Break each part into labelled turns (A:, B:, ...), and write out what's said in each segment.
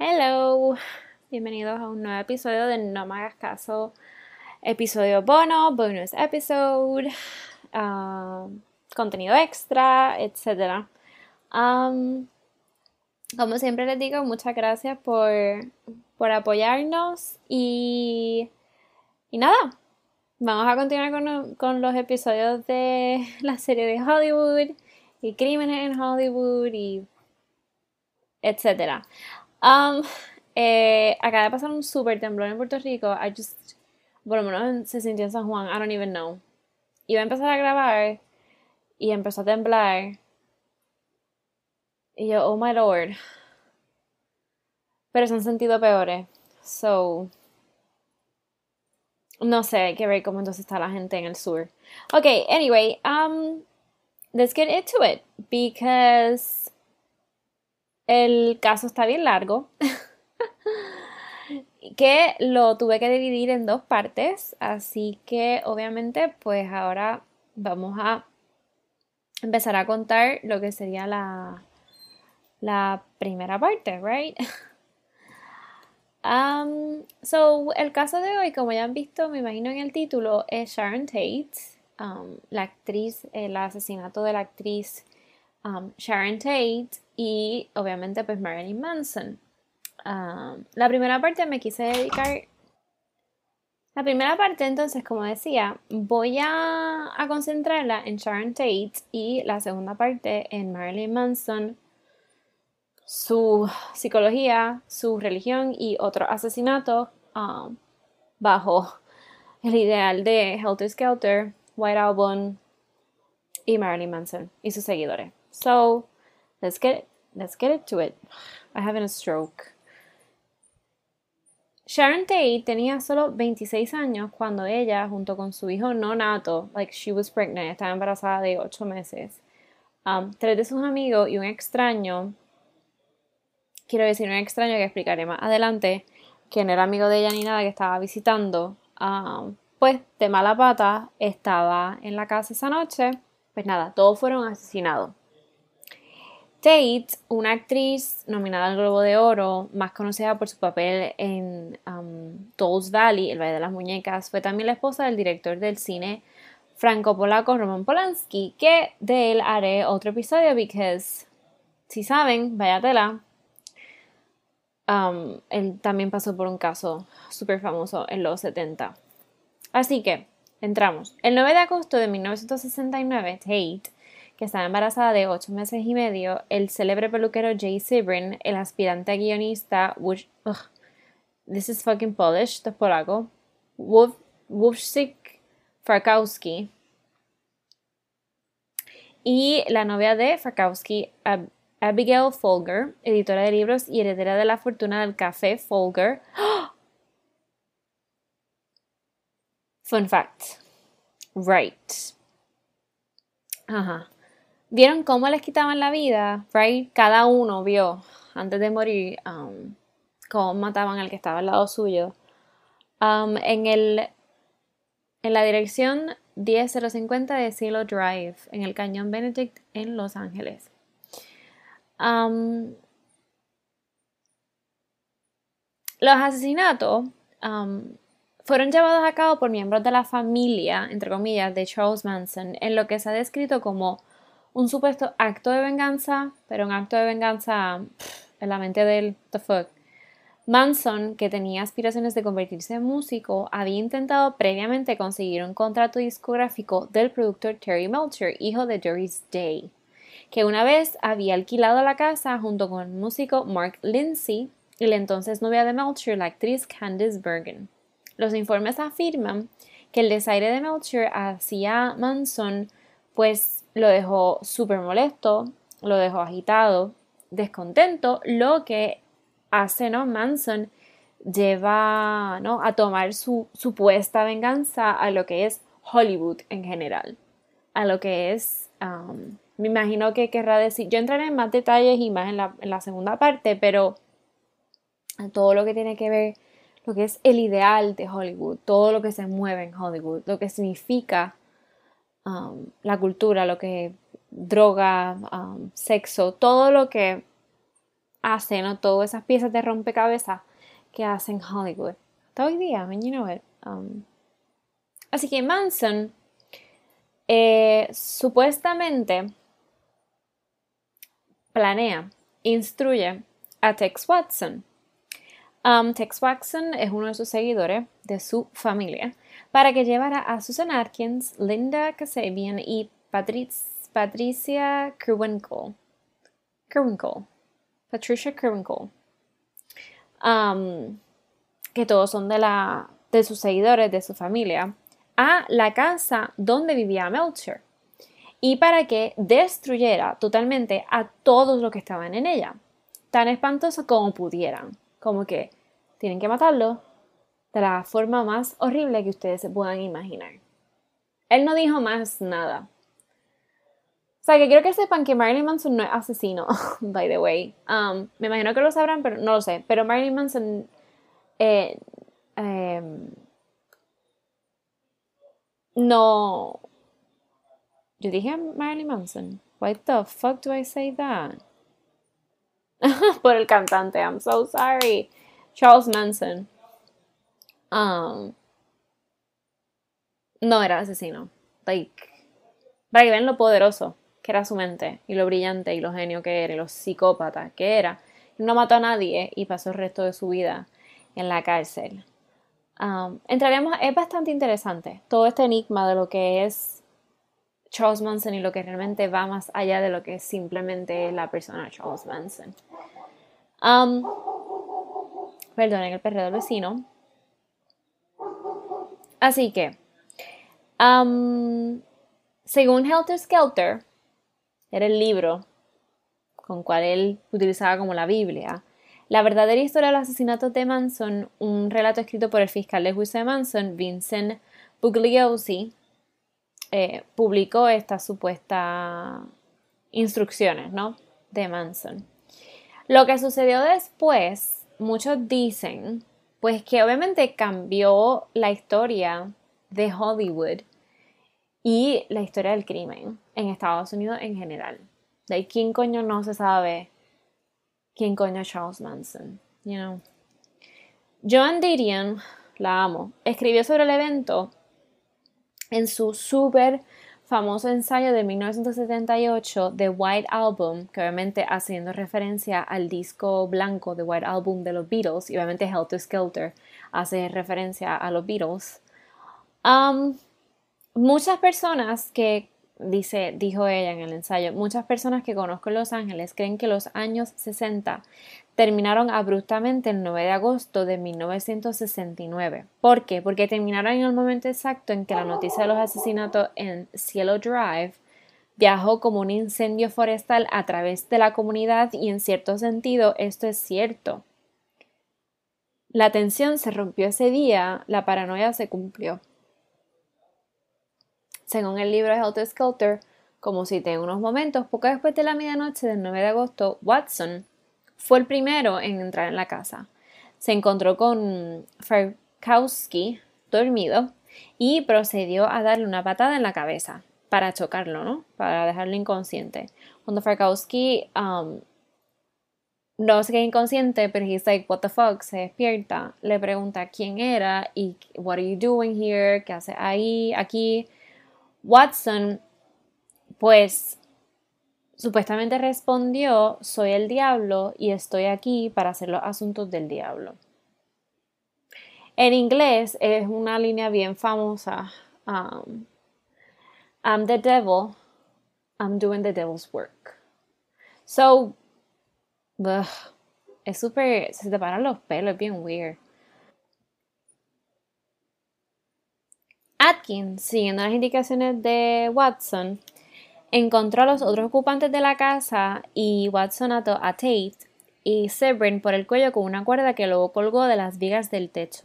A: Hello, bienvenidos a un nuevo episodio de No Me Hagas Caso, episodio bonus episode, ah, contenido extra, etc. Um, Como siempre les digo, muchas gracias por apoyarnos y nada, vamos a continuar con los episodios de la serie de Hollywood y crímenes en Hollywood y etcétera. Um, Acaba de pasar un super temblor en Puerto Rico. Por lo menos se sintió en San Juan. I don't even know. Iba a empezar a grabar y empezó a temblar. Y yo, oh my lord. Pero se han sentido peores. So, no sé, hay que ver cómo entonces está la gente en el sur. Ok, anyway, let's get into it. Because el caso está bien largo. Que lo tuve que dividir en dos partes, así que obviamente pues ahora vamos a empezar a contar lo que sería la primera parte, right? So, el caso de hoy, como ya han visto, me imagino en el título, es Sharon Tate, la actriz, el asesinato de la actriz Sharon Tate y obviamente pues Marilyn Manson. La primera parte me quise dedicar. La primera parte, entonces, como decía, voy a concentrarla en Sharon Tate y la segunda parte en Marilyn Manson, su psicología, su religión y otros asesinatos bajo el ideal de Helter Skelter, White Album y Marilyn Manson y sus seguidores. So, let's get into it. I'm having a stroke. Sharon Tate tenía solo 26 años cuando ella, junto con su hijo no nato, like she was pregnant, estaba embarazada de 8 meses, tres de sus amigos y un extraño, quiero decir un extraño que explicaré más adelante, que no era amigo de ella ni nada, que estaba visitando, pues de mala pata estaba en la casa esa noche, pues nada, todos fueron asesinados. Tate, una actriz nominada al Globo de Oro, más conocida por su papel en Dolls Valley, El Valle de las Muñecas, fue también la esposa del director del cine franco-polaco Roman Polanski, que de él haré otro episodio, because, si saben, vaya tela, él también pasó por un caso súper famoso en los 70. Así que, entramos. El 9 de agosto de 1969, Tate, que estaba embarazada de 8 meses y medio, el célebre peluquero Jay Sebring, el aspirante a guionista, this is fucking Polish, esto es polaco, Wojciech Frykowski, y la novia de Frykowski, Abigail Folger, editora de libros y heredera de la fortuna del café Folger. Fun fact. Right. Ajá. ¿Vieron cómo les quitaban la vida? Right? Cada uno vio, antes de morir, cómo mataban al que estaba al lado suyo. En la dirección 10050 de Cielo Drive, en el Cañón Benedict, en Los Ángeles. Los asesinatos fueron llevados a cabo por miembros de la familia, entre comillas, de Charles Manson, en lo que se ha descrito como un supuesto acto de venganza, pero un acto de venganza en la mente del the fuck. Manson, que tenía aspiraciones de convertirse en músico, había intentado previamente conseguir un contrato discográfico del productor Terry Melcher, hijo de Doris Day, que una vez había alquilado la casa junto con el músico Mark Lindsay y la entonces novia de Melcher, la actriz Candice Bergen. Los informes afirman que el desaire de Melcher hacia Manson pues lo dejó súper molesto, lo dejó agitado, descontento, lo que hace, ¿no? Manson lleva, ¿no?, a tomar su supuesta venganza a lo que es Hollywood en general, a lo que es, me imagino que querrá decir, yo entraré en más detalles y más en la segunda parte, pero todo lo que tiene que ver, lo que es el ideal de Hollywood, todo lo que se mueve en Hollywood, lo que significa la cultura, lo que droga, sexo, todo lo que hace, ¿no? Todas esas piezas de rompecabezas que hacen Hollywood. Hasta hoy día, you know it. Así que Manson supuestamente planea, instruye a Tex Watson. Tex Watson es uno de sus seguidores, de su familia, para que llevara a Susan Atkins, Linda Kasabian y Patricia Kruwinkel. Patricia Kruwinkel. Que todos son de sus seguidores, de su familia, a la casa donde vivía Melcher. Y para que destruyera totalmente a todos los que estaban en ella. Tan espantoso como pudieran. Como que tienen que matarlo de la forma más horrible que ustedes se puedan imaginar. Él no dijo más nada. O sea, que quiero que sepan que Marilyn Manson no es asesino, by the way. Me imagino que lo sabrán, pero no lo sé. Pero Marilyn Manson no... Yo dije Marilyn Manson. Why the fuck do I say that? Por el cantante, I'm so sorry. Charles Manson. No era asesino. Like, para que vean lo poderoso que era su mente, y lo brillante y lo genio que era, y lo psicópata que era. No mató a nadie y pasó el resto de su vida en la cárcel. Entraremos, es bastante interesante todo este enigma de lo que es Charles Manson y lo que realmente va más allá de lo que simplemente es la persona Charles Manson. Perdonen el perreo del vecino. Así que, según Helter Skelter, era el libro con cual él utilizaba como la Biblia, la verdadera historia de los asesinatos de Manson, un relato escrito por el fiscal de juicio de Manson, Vincent Bugliosi, publicó estas supuestas instrucciones, ¿no?, de Manson. Lo que sucedió después, muchos dicen, pues que obviamente cambió la historia de Hollywood y la historia del crimen en Estados Unidos en general. De quién coño no se sabe quién coño es Charles Manson, you know. Joan Didion, la amo, escribió sobre el evento en su súper famoso ensayo de 1978 The White Album, que obviamente haciendo referencia al disco blanco The White Album de los Beatles, y obviamente Helter Skelter hace referencia a los Beatles. Muchas personas que, dijo ella en el ensayo, muchas personas que conozco en Los Ángeles creen que los años 60 terminaron abruptamente el 9 de agosto de 1969. ¿Por qué? Porque terminaron en el momento exacto en que la noticia de los asesinatos en Cielo Drive viajó como un incendio forestal a través de la comunidad, y en cierto sentido esto es cierto. La tensión se rompió ese día, la paranoia se cumplió. Según el libro de Helter Skelter, como cité en unos momentos, poco después de la medianoche del 9 de agosto, Watson fue el primero en entrar en la casa. Se encontró con Farkowski dormido y procedió a darle una patada en la cabeza para chocarlo, ¿no? Para dejarlo inconsciente. Cuando Farkowski no se queda inconsciente, pero he's like, what the fuck, se despierta, le pregunta quién era y what are you doing here, qué hace ahí, aquí. Watson, pues, supuestamente respondió, soy el diablo y estoy aquí para hacer los asuntos del diablo. En inglés es una línea bien famosa. I'm the devil, I'm doing the devil's work. So, es súper, se te paran los pelos, es bien weird. Atkins, siguiendo las indicaciones de Watson, encontró a los otros ocupantes de la casa y Watson ató a Tate y Severin por el cuello con una cuerda que luego colgó de las vigas del techo.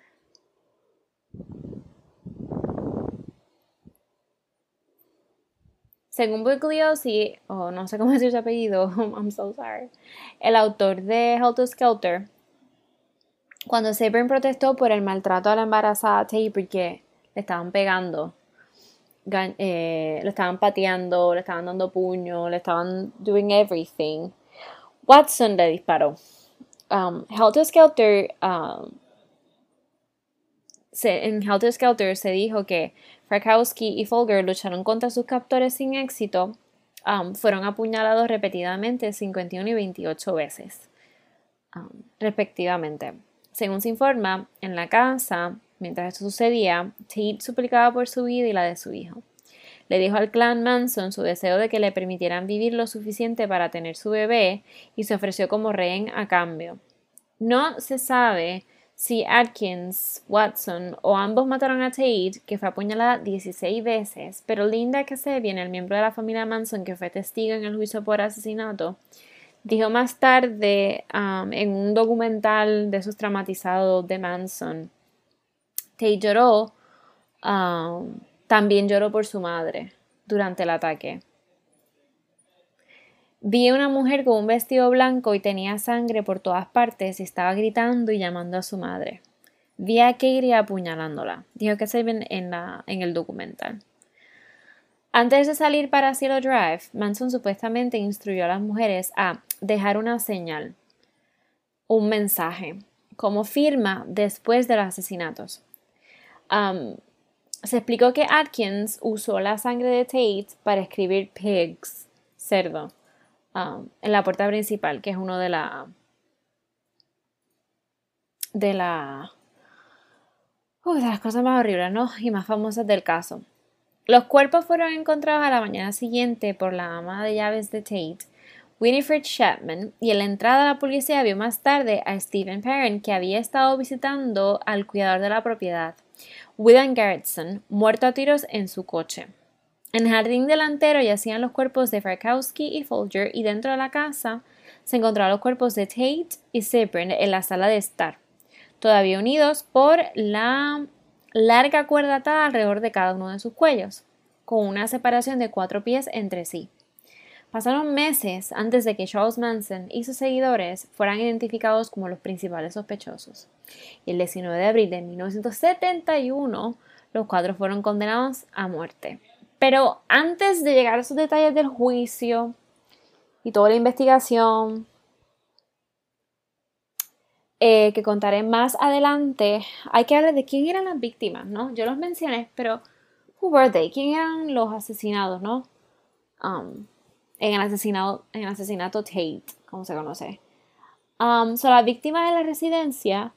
A: Según Bugliosi, no sé cómo decir su apellido, I'm so sorry, el autor de Helter Skelter, cuando Severin protestó por el maltrato a la embarazada Tate porque le estaban pegando, le estaban pateando, le estaban dando puño, le estaban doing everything, Watson le disparó. Helter Skelter, en Helter Skelter se dijo que Frykowski y Folger lucharon contra sus captores sin éxito. Fueron apuñalados repetidamente 51 y 28 veces, respectivamente. Según se informa, en la casa, mientras esto sucedía, Tate suplicaba por su vida y la de su hijo. Le dijo al clan Manson su deseo de que le permitieran vivir lo suficiente para tener su bebé y se ofreció como rehén a cambio. No se sabe si Atkins, Watson o ambos mataron a Tate, que fue apuñalada 16 veces, pero Linda Kasabian, el miembro de la familia Manson que fue testigo en el juicio por asesinato, dijo más tarde en un documental de esos dramatizados de Manson, Tate lloró, también lloró por su madre durante el ataque. Vi a una mujer con un vestido blanco y tenía sangre por todas partes y estaba gritando y llamando a su madre. Vi a Katie apuñalándola, dijo que se ven en el documental. Antes de salir para Cielo Drive, Manson supuestamente instruyó a las mujeres a dejar una señal, un mensaje, como firma después de los asesinatos. Se explicó que Atkins usó la sangre de Tate para escribir pigs, cerdo, en la puerta principal, que es uno de las cosas más horribles, ¿no? Y más famosas del caso. Los cuerpos fueron encontrados a la mañana siguiente por la ama de llaves de Tate, Winifred Chapman, y en la entrada la policía vio más tarde a Stephen Perrin, que había estado visitando al cuidador de la propiedad, William Garretson, muerto a tiros en su coche. En el jardín delantero yacían los cuerpos de Frykowski y Folger, y dentro de la casa se encontraron los cuerpos de Tate y Cyprian en la sala de estar, todavía unidos por la larga cuerda atada alrededor de cada uno de sus cuellos, con una separación de 4 pies entre sí. Pasaron meses antes de que Charles Manson y sus seguidores fueran identificados como los principales sospechosos. Y el 19 de abril de 1971, los 4 fueron condenados a muerte. Pero antes de llegar a esos detalles del juicio y toda la investigación, que contaré más adelante, hay que hablar de quién eran las víctimas, ¿no? Yo los mencioné, pero who were they? ¿Quién eran los asesinados, no? En el asesinato Tate, como se conoce. Son las víctimas de la residencia.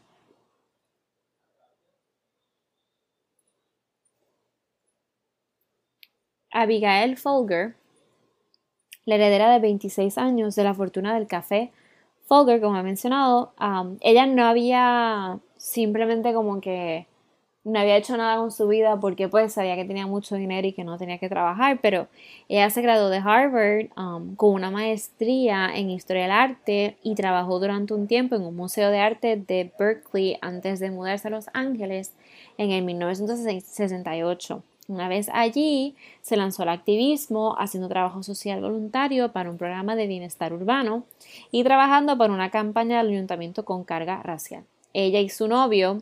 A: Abigail Folger, la heredera de 26 años de la fortuna del café Folger, como he mencionado. Ella no había simplemente como que no había hecho nada con su vida porque pues sabía que tenía mucho dinero y que no tenía que trabajar, pero ella se graduó de Harvard con una maestría en historia del arte y trabajó durante un tiempo en un museo de arte de Berkeley antes de mudarse a Los Ángeles en el 1968. Una vez allí, se lanzó al activismo, haciendo trabajo social voluntario para un programa de bienestar urbano y trabajando para una campaña del ayuntamiento con carga racial. Ella y su novio,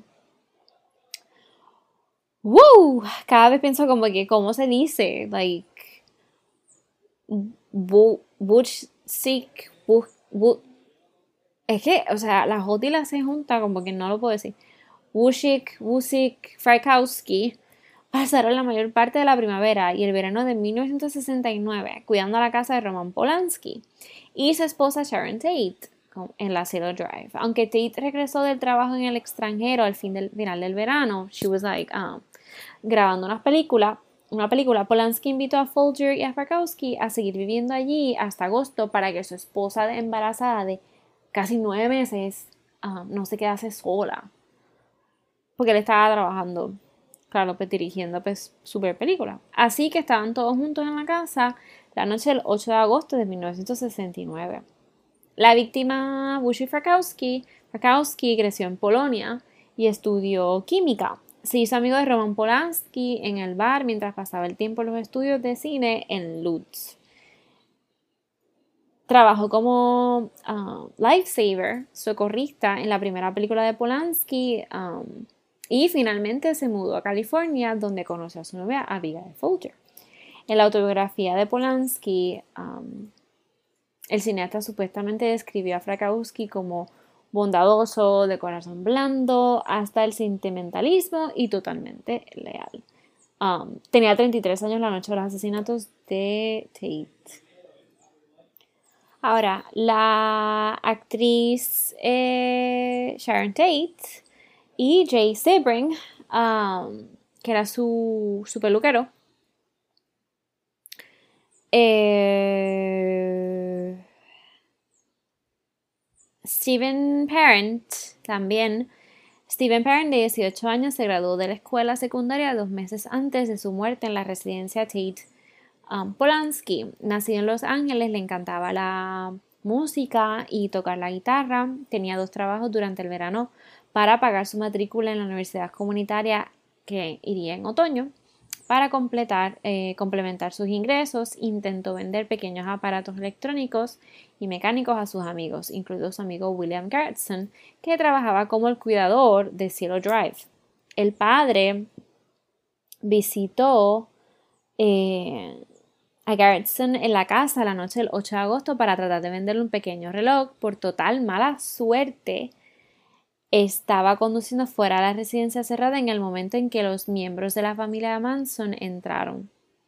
A: ¡wow! Cada vez pienso como que, ¿cómo se dice? Like, es que, o sea, la J y la C junta, como que no lo puedo decir. Wusik, Frykowski pasaron la mayor parte de la primavera y el verano de 1969 cuidando la casa de Roman Polanski y su esposa Sharon Tate en la Cielo Drive. Aunque Tate regresó del trabajo en el extranjero al final del verano, she was like, grabando una película, Polanski invitó a Folger y a Frykowski a seguir viviendo allí hasta agosto para que su esposa embarazada de casi 9 meses no se quedase sola. Porque él estaba trabajando, claro, pues dirigiendo pues super película. Así que estaban todos juntos en la casa la noche del 8 de agosto de 1969. La víctima, Bushi Frykowski creció en Polonia y estudió química. Se hizo amigo de Roman Polanski en el bar mientras pasaba el tiempo en los estudios de cine en Lutz. Trabajó como lifesaver, socorrista en la primera película de Polanski y finalmente se mudó a California donde conoció a su novia Abigail Folger. En la autobiografía de Polanski, El cineasta supuestamente describió a Frykowski como bondadoso, de corazón blando, hasta el sentimentalismo y totalmente leal. Tenía 33 años la noche de los asesinatos de Tate. Ahora, la actriz Sharon Tate y Jay Sebring, que era su peluquero, Steven Parent también. Steven Parent, de 18 años, se graduó de la escuela secundaria 2 meses antes de su muerte en la residencia Tate Polanski. Nacido en Los Ángeles, le encantaba la música y tocar la guitarra. Tenía 2 trabajos durante el verano para pagar su matrícula en la universidad comunitaria que iría en otoño. Para complementar sus ingresos, intentó vender pequeños aparatos electrónicos y mecánicos a sus amigos, incluido su amigo William Garretson, que trabajaba como el cuidador de Cielo Drive. El padre visitó a Garretson en la casa la noche del 8 de agosto para tratar de venderle un pequeño reloj. Por total mala suerte, estaba conduciendo fuera de la residencia cerrada en el momento en que los miembros de la familia Manson entraron.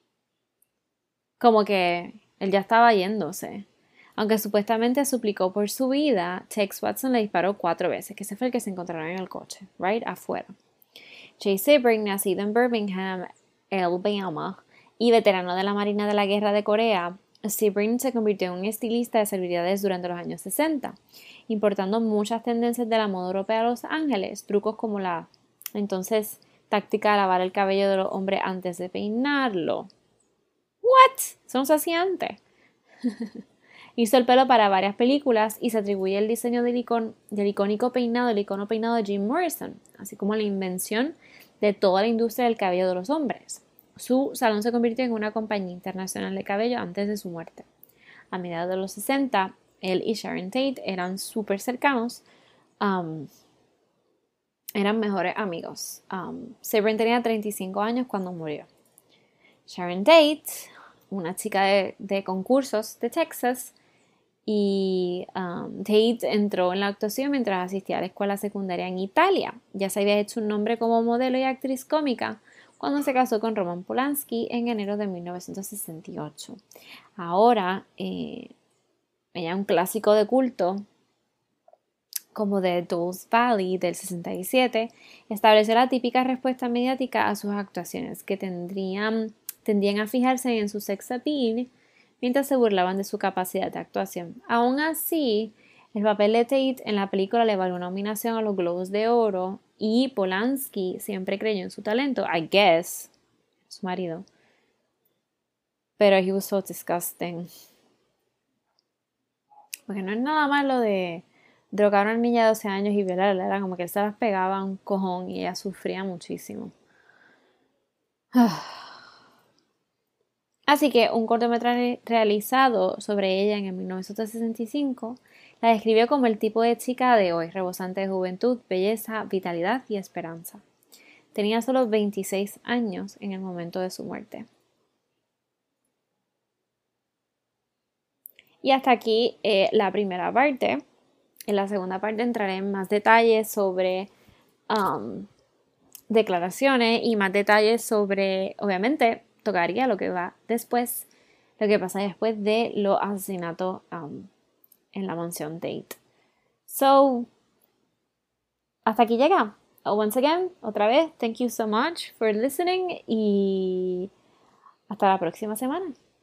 A: Como que él ya estaba yéndose. Aunque supuestamente suplicó por su vida, Tex Watson le disparó 4 veces, que ese fue el que se encontraron en el coche, right afuera. Jay Sebring, nacido en Birmingham, Alabama, y veterano de la Marina de la Guerra de Corea, Sebring se convirtió en un estilista de celebridades durante los años 60, importando muchas tendencias de la moda europea a Los Ángeles, trucos como la entonces táctica de lavar el cabello de los hombres antes de peinarlo. ¿What? Eso no se hacía antes. Hizo el pelo para varias películas y se atribuye el diseño del icono peinado de Jim Morrison, así como la invención de toda la industria del cabello de los hombres. Su salón se convirtió en una compañía internacional de cabello antes de su muerte. A mediados de los 60, él y Sharon Tate eran súper cercanos, eran mejores amigos. Sebring tenía 35 años cuando murió. Sharon Tate, una chica de concursos de Texas, y Tate entró en la actuación mientras asistía a la escuela secundaria en Italia. Ya se había hecho un nombre como modelo y actriz cómica cuando se casó con Roman Polanski en enero de 1968. Ahora, ella es un clásico de culto como de Dolls Valley del 67, estableció la típica respuesta mediática a sus actuaciones, que tendían a fijarse en su sex appeal mientras se burlaban de su capacidad de actuación. Aún así, el papel de Tate en la película le valió una nominación a los Globos de Oro y Polanski siempre creyó en su talento, I guess, su marido. Pero he was so disgusting. Porque no es nada malo de drogar a una niña de 12 años y violarla, era como que él se las pegaba a un cojón y ella sufría muchísimo. Así que un cortometraje realizado sobre ella en el 1965 la describió como el tipo de chica de hoy, rebosante de juventud, belleza, vitalidad y esperanza. Tenía solo 26 años en el momento de su muerte. Y hasta aquí la primera parte. En la segunda parte entraré en más detalles sobre declaraciones y más detalles sobre, obviamente, tocaría lo que va después, lo que pasa después de los asesinatos en la mansión Tate. So, hasta aquí llega. Once again, otra vez, thank you so much for listening y hasta la próxima semana.